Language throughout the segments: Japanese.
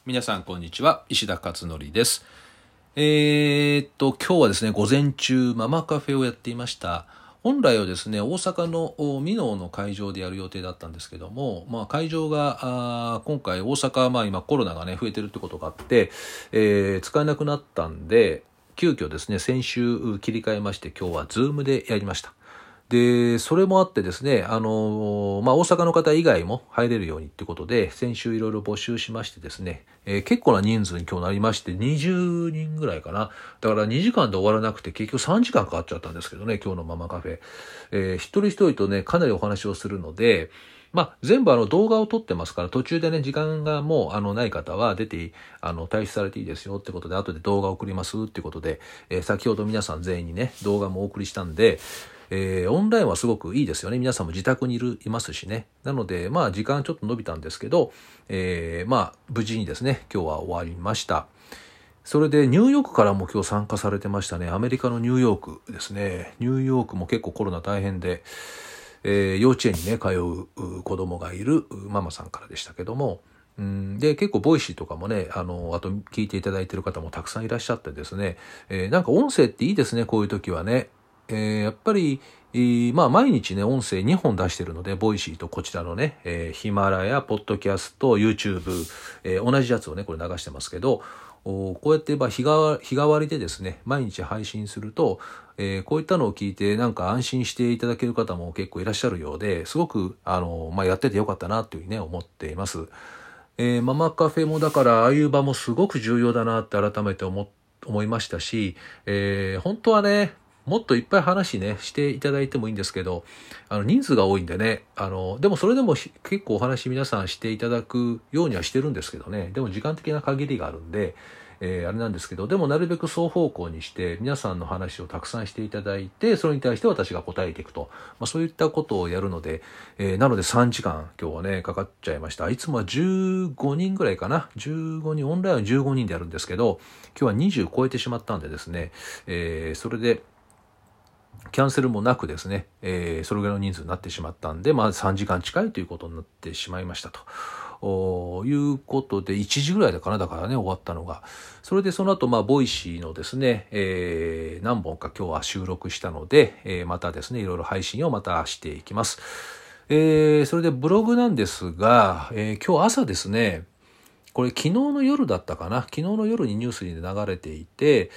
皆さんこんにちは、石田勝則です。今日はですね、午前中ママカフェをやっていました。本来はですね、大阪の箕面の会場でやる予定だったんですけども、会場が今回大阪は今コロナがね増えてるってことがあって、使えなくなったんで、急遽ですね、先週切り替えまして今日は Zoom でやりました。で、それもあってですね、大阪の方以外も入れるようにってことで、先週いろいろ募集しましてですね、結構な人数に今日なりまして、20人ぐらいかな。だから2時間で終わらなくて、結局3時間かかっちゃったんですけどね、今日のママカフェ。一人一人とね、かなりお話をするので、全部動画を撮ってますから、途中でね、時間がもうない方は出て、退出されていいですよってことで、後で動画を送りますってことで、先ほど皆さん全員にね、動画もお送りしたんで、オンラインはすごくいいですよね。皆さんも自宅にいますしね。なので、時間ちょっと伸びたんですけど、無事にですね、今日は終わりました。それでニューヨークからも今日参加されてましたね。アメリカのニューヨークですね。ニューヨークも結構コロナ大変で、幼稚園にね、通う子供がいるママさんからでしたけども、で、結構ボイシーとかもね、あと聞いていただいている方もたくさんいらっしゃってですね、なんか音声っていいですね、こういう時はね。やっぱり、毎日ね、音声2本出してるので、ボイシーとこちらのね、ヒマラヤ、ポッドキャスト、YouTube、同じやつをね、これ流してますけど、こうやって日替わりでですね、毎日配信すると、こういったのを聞いてなんか安心していただける方も結構いらっしゃるようで、すごく、やっててよかったなというふうにね、思っています。ママカフェもだから、ああいう場もすごく重要だなって改めて思いましたし、本当はね、もっといっぱい話ね、していただいてもいいんですけど、人数が多いんでね、でもそれでも結構お話皆さんしていただくようにはしてるんですけどね、でも時間的な限りがあるんで、あれなんですけど、でもなるべく双方向にして皆さんの話をたくさんしていただいて、それに対して私が答えていくと、そういったことをやるので、なので3時間今日はね、かかっちゃいました。いつもは15人ぐらいかな。15人、オンラインは15人でやるんですけど、今日は20超えてしまったんでですね、それで、キャンセルもなくですね、それぐらいの人数になってしまったんで、3時間近いということになってしまいましたということで、1時ぐらいだかな、だからね、終わったのが。それでその後、ボイシーのですね、何本か今日は収録したので、またですね、いろいろ配信をまたしていきます。それでブログなんですが、今日朝ですね、これ昨日の夜だったかな。昨日の夜にニュースに流れていて、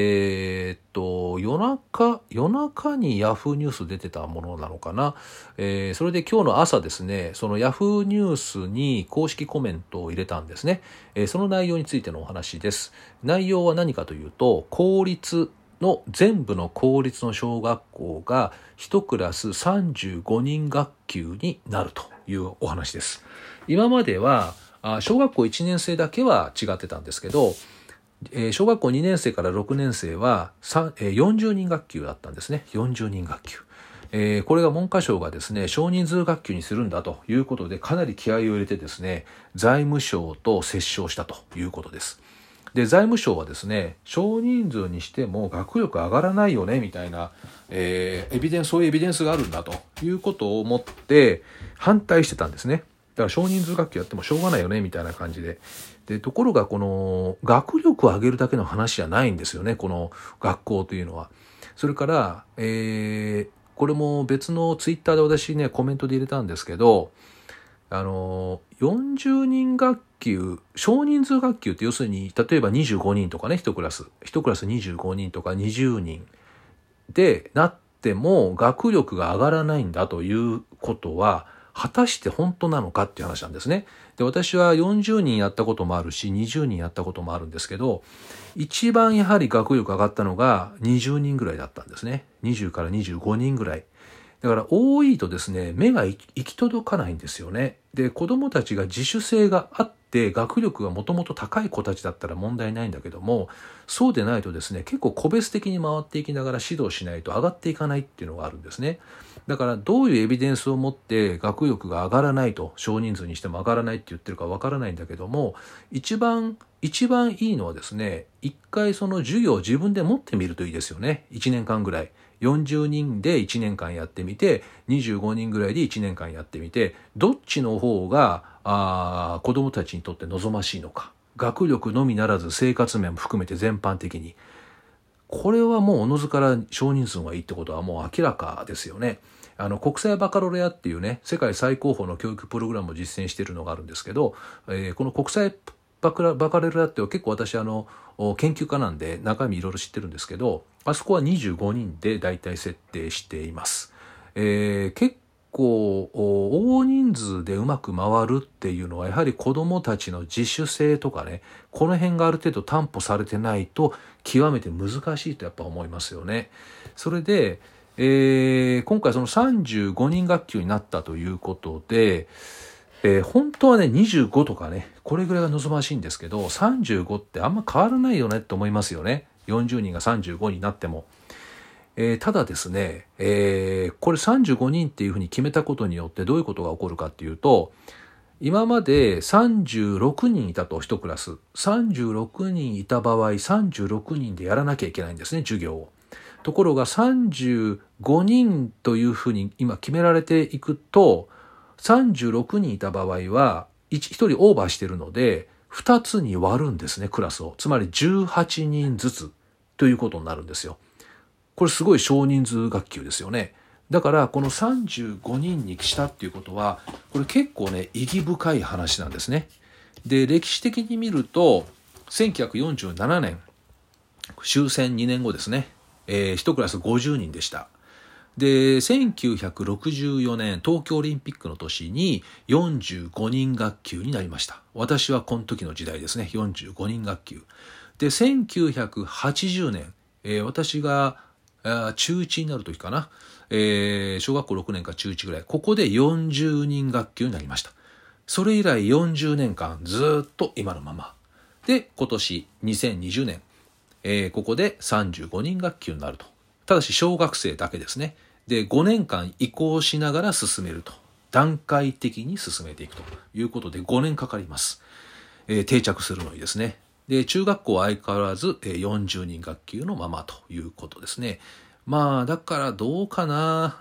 夜中にヤフーニュース出てたものなのかな。それで今日の朝ですね、そのヤフーニュースに公式コメントを入れたんですね。その内容についてのお話です。内容は何かというと、全部の公立の小学校が1クラス35人学級になるというお話です。今までは小学校1年生だけは違ってたんですけど、小学校2年生から6年生は40人学級だったんですね。40人学級。これが文科省がですね、少人数学級にするんだということで、かなり気合を入れてですね、財務省と折衝したということです。で、財務省はですね、少人数にしても学力上がらないよね、みたいな、そういうエビデンスがあるんだということを思って反対してたんですね。だから少人数学級やってもしょうがないよね、みたいな感じで。で、ところがこの学力を上げるだけの話じゃないんですよね、この学校というのは。それから、これも別のツイッターで私ね、コメントで入れたんですけど、40人学級、少人数学級って要するに、例えば25人とかね、1クラス25人とか20人でなっても学力が上がらないんだということは、果たして本当なのかっていう話なんですね。で、私は40人やったこともあるし、20人やったこともあるんですけど、一番やはり学力上がったのが20人ぐらいだったんですね。20から25人ぐらい。だから多いとですね、目が行き届かないんですよね。で、子供たちが自主性があって、学力がもともと高い子たちだったら問題ないんだけども、そうでないとですね、結構個別的に回っていきながら指導しないと上がっていかないっていうのがあるんですね。だからどういうエビデンスを持って学力が上がらないと、少人数にしても上がらないって言ってるかわからないんだけども、一番いいのはですね、一回その授業を自分で持ってみるといいですよね。1年間ぐらい。40人で1年間やってみて、25人ぐらいで1年間やってみて、どっちの方が子どもたちにとって望ましいのか、学力のみならず生活面も含めて全般的に、これはもうおのずから少人数がいいってことはもう明らかですよね。国際バカロレアっていうね、世界最高峰の教育プログラムを実践しているのがあるんですけど、この国際バカロレアって結構私研究家なんで中身いろいろ知ってるんですけど、あそこは25人で大体設定しています。結構大人数でうまく回るっていうのはやはり子どもたちの自主性とかね、この辺がある程度担保されてないと極めて難しいとやっぱ思いますよね。それで、今回その35人学級になったということで、本当はね25とかねこれぐらいが望ましいんですけど、35ってあんま変わらないよねって思いますよね。40人が35になっても。ただですね、これ35人っていうふうに決めたことによってどういうことが起こるかっていうと、今まで36人いたと1クラス。36人いた場合、36人でやらなきゃいけないんですね、授業を。ところが35人というふうに今決められていくと、36人いた場合は1人オーバーしてるので、2つに割るんですね、クラスを。つまり18人ずつということになるんですよ。これすごい少人数学級ですよね。だからこの35人にしたっていうことは、これ結構ね意義深い話なんですね。で、歴史的に見ると1947年終戦2年後ですね、1クラス50人でした。で、1964年東京オリンピックの年に45人学級になりました。私はこの時の時代ですね、45人学級で、1980年、私が中1になる時かな、小学校6年か中1ぐらい、ここで40人学級になりました。それ以来40年間ずっと今のままで、今年2020年、ここで35人学級になると。ただし小学生だけですね。で、5年間移行しながら進めると、段階的に進めていくということで5年かかります。定着するのにですね。で、中学校は相変わらず40人学級のままということですね。まあだからどうかな、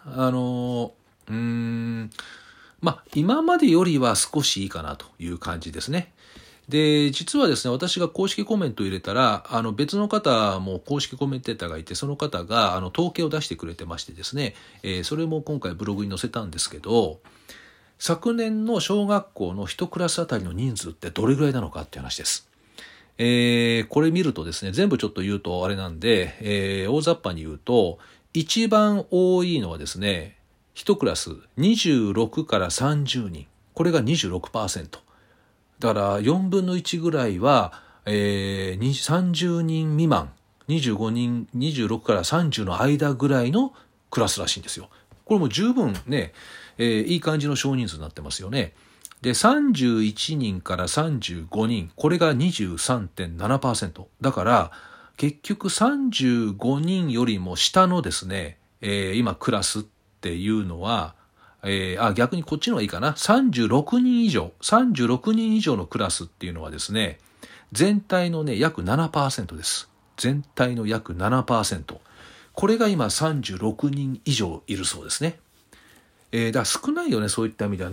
今までよりは少しいいかなという感じですね。で、実はですね、私が公式コメントを入れたら、別の方も公式コメンテーターがいて、その方が統計を出してくれてましてですね、それも今回ブログに載せたんですけど、昨年の小学校の1クラスあたりの人数ってどれぐらいなのかっていう話です。これ見るとですね、全部ちょっと言うとあれなんで、大雑把に言うと、一番多いのはですね、1クラス26から30人。これが 26%。だから4分の1ぐらいは、30人未満、25人、26から30の間ぐらいのクラスらしいんですよ。これも十分ね、いい感じの少人数になってますよね。で、31人から35人、これが 23.7%。だから、結局35人よりも下のですね、今クラスっていうのは、逆にこっちの方がいいかな。36人以上のクラスっていうのはですね、全体のね、約 7% です。全体の約 7%。これが今36人以上いるそうですね。だから少ないよね、そういった意味では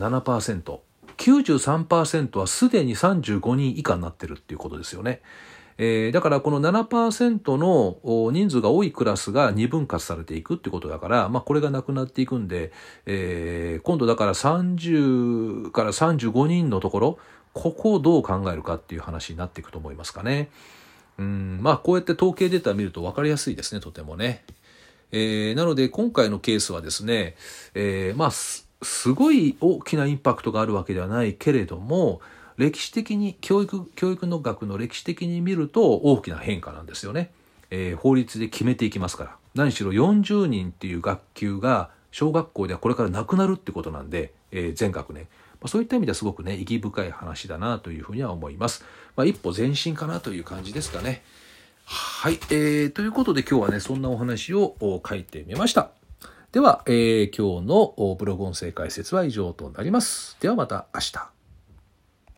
7%。93% はすでに35人以下になってるっていうことですよね。だからこの 7% の人数が多いクラスが二分割されていくってことだから、これがなくなっていくんで、今度だから30から35人のところ、ここをどう考えるかっていう話になっていくと思いますかね。こうやって統計データを見ると分かりやすいですね、とてもね。なので今回のケースはですね、すごい大きなインパクトがあるわけではないけれども、歴史的に教育の学の歴史的に見ると大きな変化なんですよね。法律で決めていきますから。何しろ40人っていう学級が小学校ではこれからなくなるってことなんで、全学年。そういった意味ではすごくね、意義深い話だなというふうには思います。一歩前進かなという感じですかね。はい。ということで今日はね、そんなお話を書いてみました。では、今日のブログ音声解説は以上となります。ではまた明日。